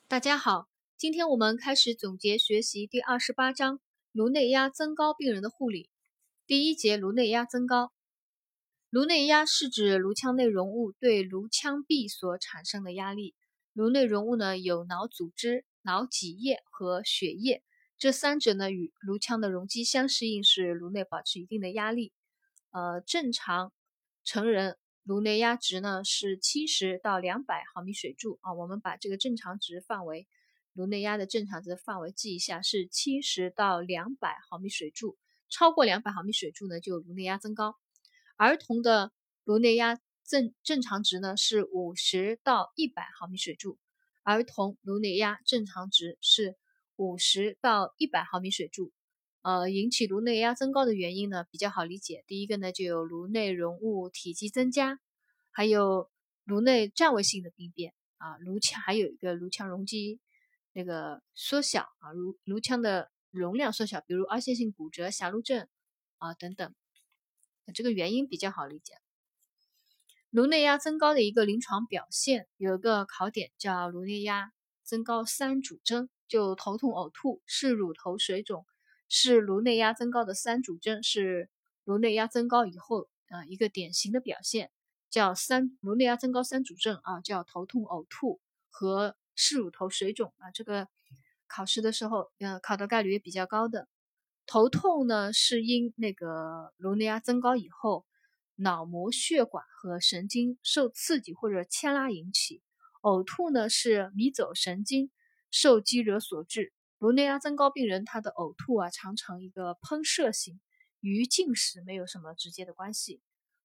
大家好，今天我们开始总结学习第28章颅内压增高病人的护理。第一节颅内压增高。颅内压是指颅腔内容物对颅腔壁所产生的压力。颅内容物呢有脑组织、脑脊液和血液，这三者呢与颅腔的容积相适应，使颅内保持一定的压力。正常成人颅内压值呢是70到200毫米水柱啊，我们把这个正常值范围，颅内压的正常值范围记一下，是70到200毫米水柱，超过200毫米水柱呢就颅内压增高。儿童的颅内压正常值呢是50到100毫米水柱，儿童颅内压正常值是50到100毫米水柱。引起颅内压增高的原因呢比较好理解，第一个呢就有颅内容物体积增加，还有颅内占位性的病变啊，颅腔还有一个颅腔容积那个缩小啊，颅腔的容量缩小，比如凹陷性骨折、狭颅症啊等等，这个原因比较好理解。颅内压增高的一个临床表现，有一个考点叫颅内压增高3主征，就头痛、呕吐、视乳头水肿，是颅内压增高的3主征，是颅内压增高以后一个典型的表现，叫颅内压增高3主征啊，叫头痛、呕吐和视乳头水肿啊，这个考试的时候考的概率也比较高的。头痛呢是因那个颅内压增高以后，脑膜血管和神经受刺激或者牵拉引起，呕吐呢是迷走神经受激惹所致。颅内压增高病人他的呕吐常呈一个喷射型，与进食没有什么直接的关系。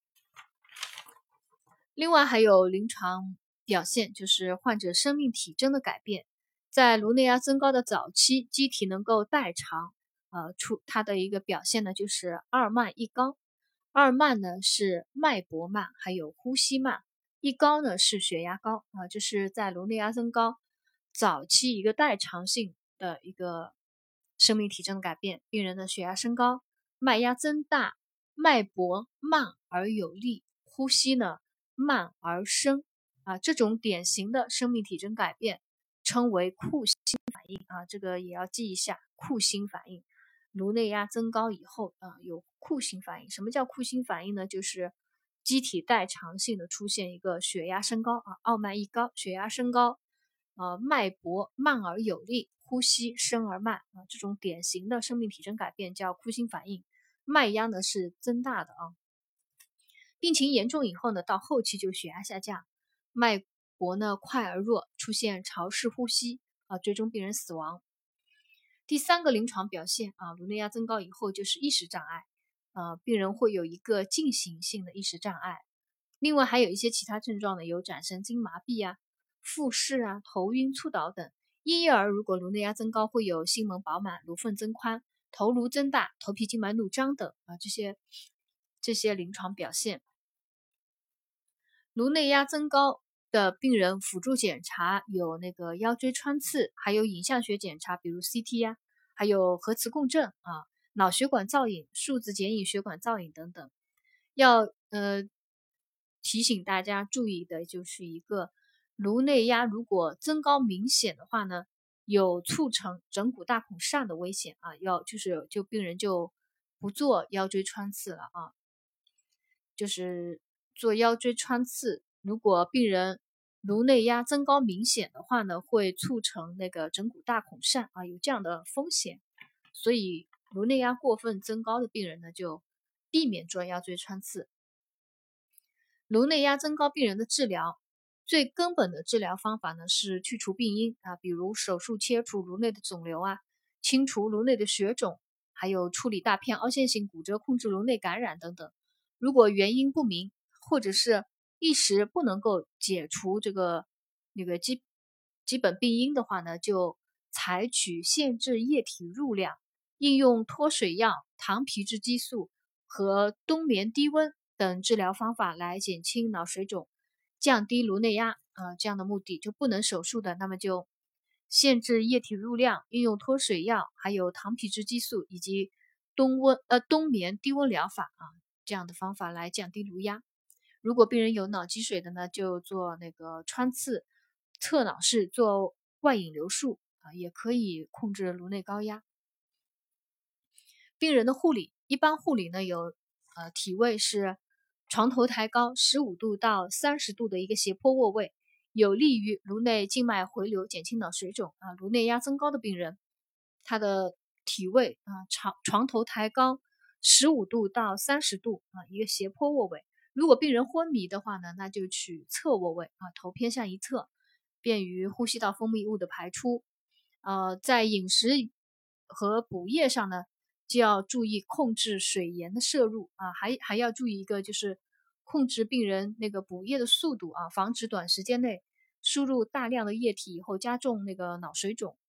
另外还有临床表现，就是患者生命体征的改变。在颅内压增高的早期，机体能够代偿，它的一个表现呢就是2慢1高。2慢呢是脉搏慢，还有呼吸慢；1高呢是血压高啊，这是在颅内压增高早期一个代偿性的一个生命体征的改变。病人的血压升高，脉压增大，脉搏慢而有力，呼吸呢慢而深啊，这种典型的生命体征改变称为库欣反应啊，这个也要记一下库欣反应。颅内压增高以后有库欣反应。什么叫库欣反应呢？就是机体代偿性的出现一个血压升高2慢1高，血压升高，脉搏慢而有力，呼吸深而慢啊，这种典型的生命体征改变叫库欣反应。脉压呢是增大的啊。病情严重以后呢，到后期就血压下降，脉搏呢快而弱，出现潮式呼吸最终病人死亡。第3个临床表现颅内压增高以后就是意识障碍，病人会有一个进行性的意识障碍。另外还有一些其他症状呢，有展神经麻痹复视头晕猝倒等。婴幼儿如果颅内压增高，会有心门饱满、颅缝增宽、头颅增大、头皮静脉怒张等这些临床表现。颅内压增高的病人辅助检查有那个腰椎穿刺，还有影像学检查，比如 CT 还有核磁共振脑血管造影、数字剪影血管造影等等。要提醒大家注意的就是一个颅内压如果增高明显的话呢，有促成枕骨大孔疝的危险就病人就不做腰椎穿刺了就是做腰椎穿刺，如果病人颅内压增高明显的话呢，会促成那个枕骨大孔疝有这样的风险。所以颅内压过分增高的病人呢，就避免做腰椎穿刺。颅内压增高病人的治疗，最根本的治疗方法呢是去除病因比如手术切除颅内的肿瘤清除颅内的血肿，还有处理大片凹陷性骨折，控制颅内感染等等。如果原因不明，或者是一时不能够解除那个基本病因的话呢，就采取限制液体入量，应用脱水药、糖皮质激素和冬眠低温等治疗方法来减轻脑水肿，降低颅内压这样的目的。就不能手术的，那么就限制液体入量，应用脱水药，还有糖皮质激素以及冬眠低温疗法这样的方法来降低颅压。如果病人有脑积水的呢，就做那个穿刺侧脑式做外引流术也可以控制颅内高压。病人的护理，一般护理呢有体位是床头抬高15度到30度的一个斜坡卧位，有利于颅内静脉回流，减轻脑水肿颅内压增高的病人，他的体位床头抬高15度到30度一个斜坡卧位。如果病人昏迷的话呢，那就取侧卧位头偏向一侧，便于呼吸道分泌物的排出。在饮食和补液上呢，就要注意控制水盐的摄入还要注意一个就是控制病人那个补液的速度防止短时间内输入大量的液体以后加重那个脑水肿。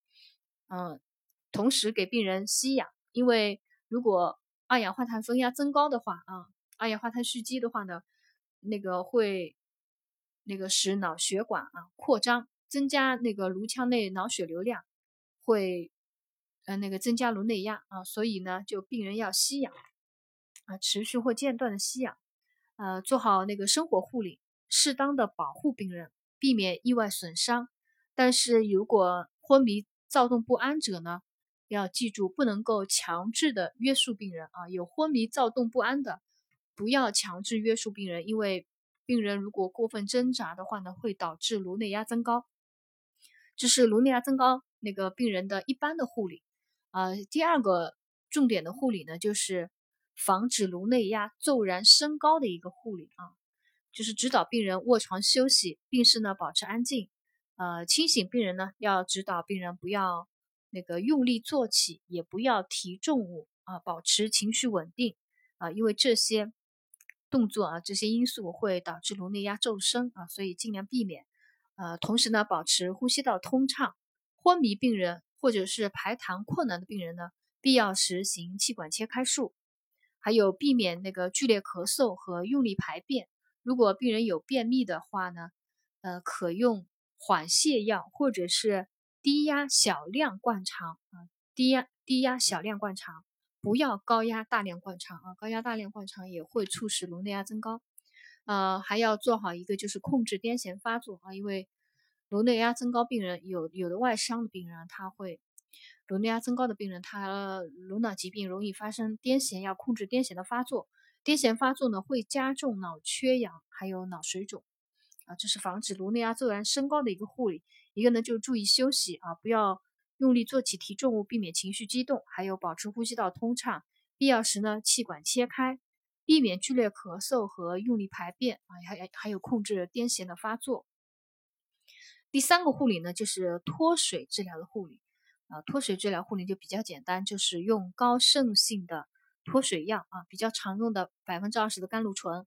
同时给病人吸氧，因为如果二氧化碳分压增高的话二氧化碳蓄积的话呢，会使脑血管扩张，增加那个颅腔内脑血流量，会增加颅内压所以呢，就病人要吸氧持续或间断的吸氧做好那个生活护理，适当的保护病人，避免意外损伤。但是如果昏迷躁动不安者呢，要记住不能够强制的约束病人有昏迷躁动不安的，不要强制约束病人，因为病人如果过分挣扎的话呢，会导致颅内压增高。这是颅内压增高那个病人的一般的护理第二个重点的护理呢，就是防止颅内压骤然升高的一个护理就是指导病人卧床休息，病室呢保持安静。清醒病人呢要指导病人不要用力坐起，也不要提重物保持情绪稳定因为这些动作这些因素会导致颅内压骤升所以尽量避免。同时呢，保持呼吸道通畅。昏迷病人或者是排痰困难的病人呢，必要时行气管切开术。还有避免剧烈咳嗽和用力排便。如果病人有便秘的话呢，可用缓泻药或者是低压小量灌肠低压小量灌肠，不要高压大量灌肠高压大量灌肠也会促使颅内压增高。还要做好一个就是控制癫痫发作因为颅内压增高病人有的外伤的病人他会颅内压增高的病人，他颅脑疾病容易发生癫痫，要控制癫痫的发作。癫痫发作呢会加重脑缺氧还有脑水肿这是防止颅内压骤然升高的一个护理。一个呢就注意休息不要用力做起提重物，避免情绪激动，还有保持呼吸道通畅，必要时呢气管切开，避免剧烈咳嗽和用力排便还有控制癫痫的发作。第三个护理呢就是脱水治疗的护理脱水治疗护理就比较简单，就是用高渗性的脱水药比较常用的20%的甘露醇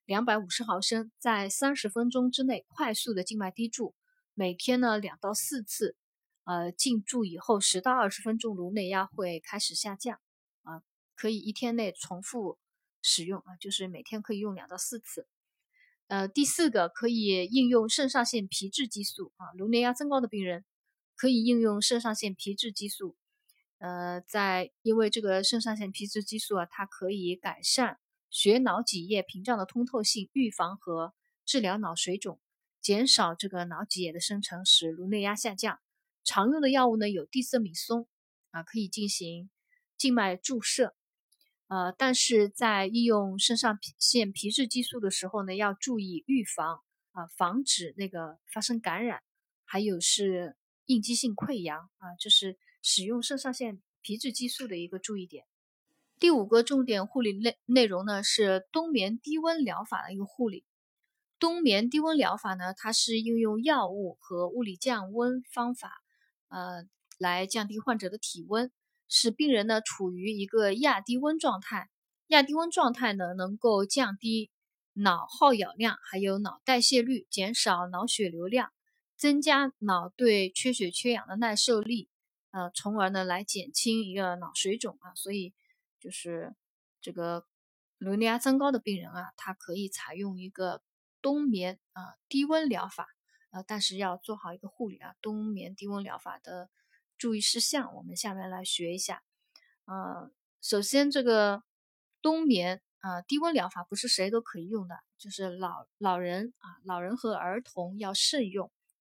250毫升，在30分钟之内快速的静脉滴注，每天呢2到4次静注以后10到20分钟颅内压会开始下降可以一天内重复使用就是每天可以用2到4次。第四个可以应用肾上腺皮质激素颅内压增高的病人可以应用肾上腺皮质激素。因为这个肾上腺皮质激素它可以改善血脑脊液屏障的通透性，预防和治疗脑水肿，减少这个脑脊液的生成，使颅内压下降。常用的药物呢有地塞米松可以进行静脉注射。但是在应用肾上腺皮质激素的时候呢，要注意预防防止发生感染，还有是应激性溃疡这是使用肾上腺皮质激素的一个注意点。第五个重点护理内容呢是冬眠低温疗法的一个护理。冬眠低温疗法呢，它是应用药物和物理降温方法来降低患者的体温，使病人呢处于一个亚低温状态。亚低温状态呢能够降低脑耗氧量还有脑代谢率，减少脑血流量，增加脑对缺血缺氧的耐受力从而呢来减轻一个脑水肿所以就是这个颅内压增高的病人他可以采用一个冬眠低温疗法但是要做好一个护理冬眠低温疗法的注意事项，我们下面来学一下。首先这个冬眠低温疗法不是谁都可以用的，就是老人和儿童要慎用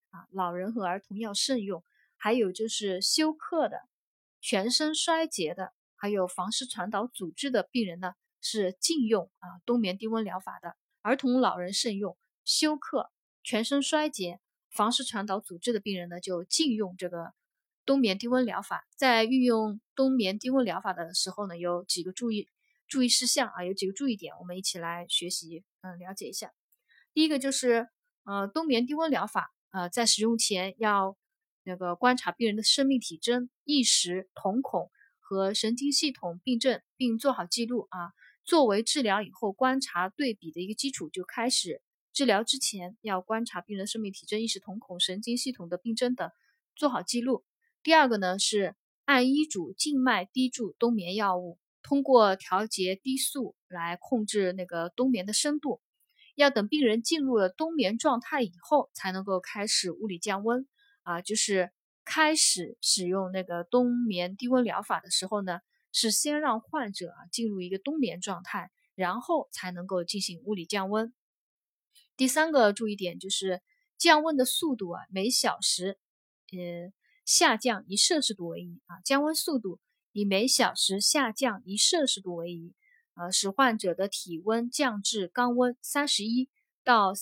老人和儿童要慎用。还有就是休克的、全身衰竭的，还有房室传导阻滞的病人呢，是禁用冬眠低温疗法的。儿童、老人慎用，休克、全身衰竭、房室传导阻滞的病人呢，就禁用这个冬眠低温疗法。在运用冬眠低温疗法的时候呢，有几个注意事项有几个注意点，我们一起来学习了解一下。第一个就是冬眠低温疗法在使用前要观察病人的生命体征、意识、瞳孔和神经系统病症，并做好记录作为治疗以后观察对比的一个基础，就开始治疗之前要观察病人的生命体征、意识、瞳孔、神经系统的病症等，做好记录。第二个呢是按医嘱静脉滴注冬眠药物，通过调节滴速来控制冬眠的深度。要等病人进入了冬眠状态以后，才能够开始物理降温就是开始使用冬眠低温疗法的时候呢，是先让患者进入一个冬眠状态，然后才能够进行物理降温。第三个注意点就是降温的速度每小时下降1摄氏度为宜降温速度以每小时下降1摄氏度为宜使患者的体温降至肛温31到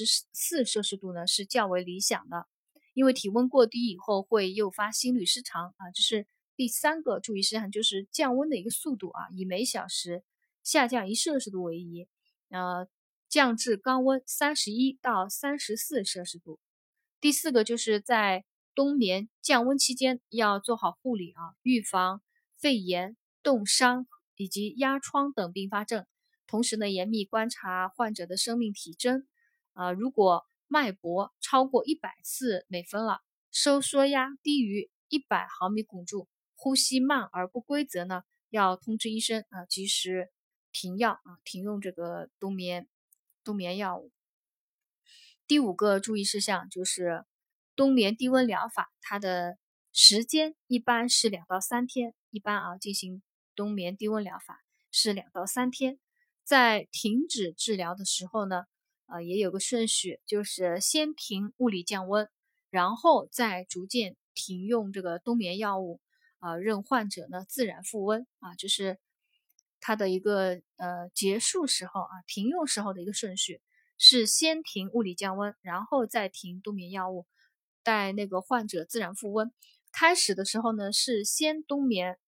34摄氏度呢是较为理想的，因为体温过低以后会诱发心律失常这是第三个注意事项，就是降温的一个速度以每小时下降1摄氏度为宜降至肛温31到34摄氏度。第四个就是在冬眠降温期间要做好护理预防肺炎、冻伤以及压疮等并发症。同时呢，严密观察患者的生命体征如果脉搏超过100次每分了，收缩压低于100毫米汞柱，呼吸慢而不规则呢，要通知医生及时停药停用这个冬眠药物。第五个注意事项就是冬眠低温疗法，它的时间一般是2到3天，一般进行冬眠低温疗法是2到3天。在停止治疗的时候呢也有个顺序，就是先停物理降温，然后再逐渐停用这个冬眠药物任患者呢自然复温就是它的一个结束时候停用时候的一个顺序是先停物理降温，然后再停冬眠药物，待患者自然复温。开始的时候呢是先冬眠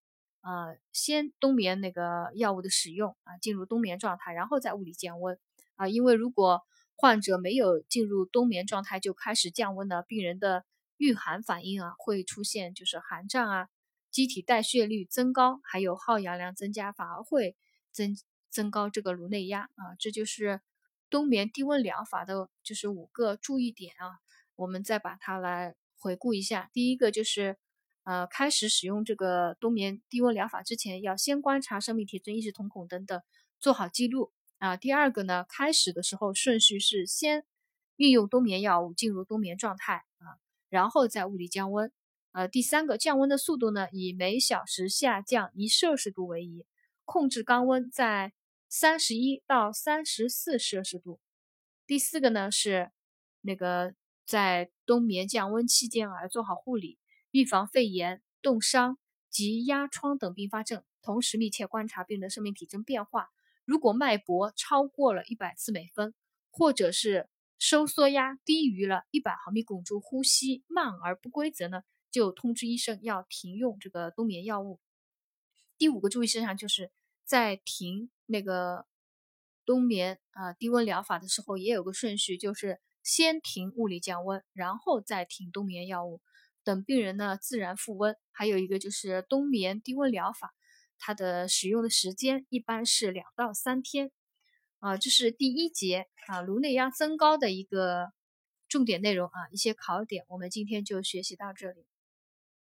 药物的使用进入冬眠状态，然后再物理降温因为如果患者没有进入冬眠状态就开始降温呢，病人的遇寒反应会出现就是寒战机体代谢率增高，还有耗氧量增加，反而会增高这个颅内压这就是冬眠低温疗法的就是5个注意点我们再把它来回顾一下。第一个就是开始使用这个冬眠低温疗法之前，要先观察生命体征、意识、瞳孔等等，做好记录第二个呢，开始的时候顺序是先运用冬眠药物进入冬眠状态然后再物理降温第三个，降温的速度呢，以每小时下降1摄氏度为宜，控制肛温在31到34摄氏度。第四个呢是在冬眠降温期间做好护理，预防肺炎、冻伤及压疮等并发症，同时密切观察病人的生命体征变化。如果脉搏超过了100次每分，或者是收缩压低于了100毫米汞柱，呼吸慢而不规则呢，就通知医生要停用这个冬眠药物。第5个注意事项就是在停冬眠低温疗法的时候，也有个顺序，就是先停物理降温，然后再停冬眠药物，等病人呢自然复温。还有一个就是冬眠低温疗法，它的使用的时间一般是2到3天这是第1节颅内压增高的一个重点内容一些考点，我们今天就学习到这里。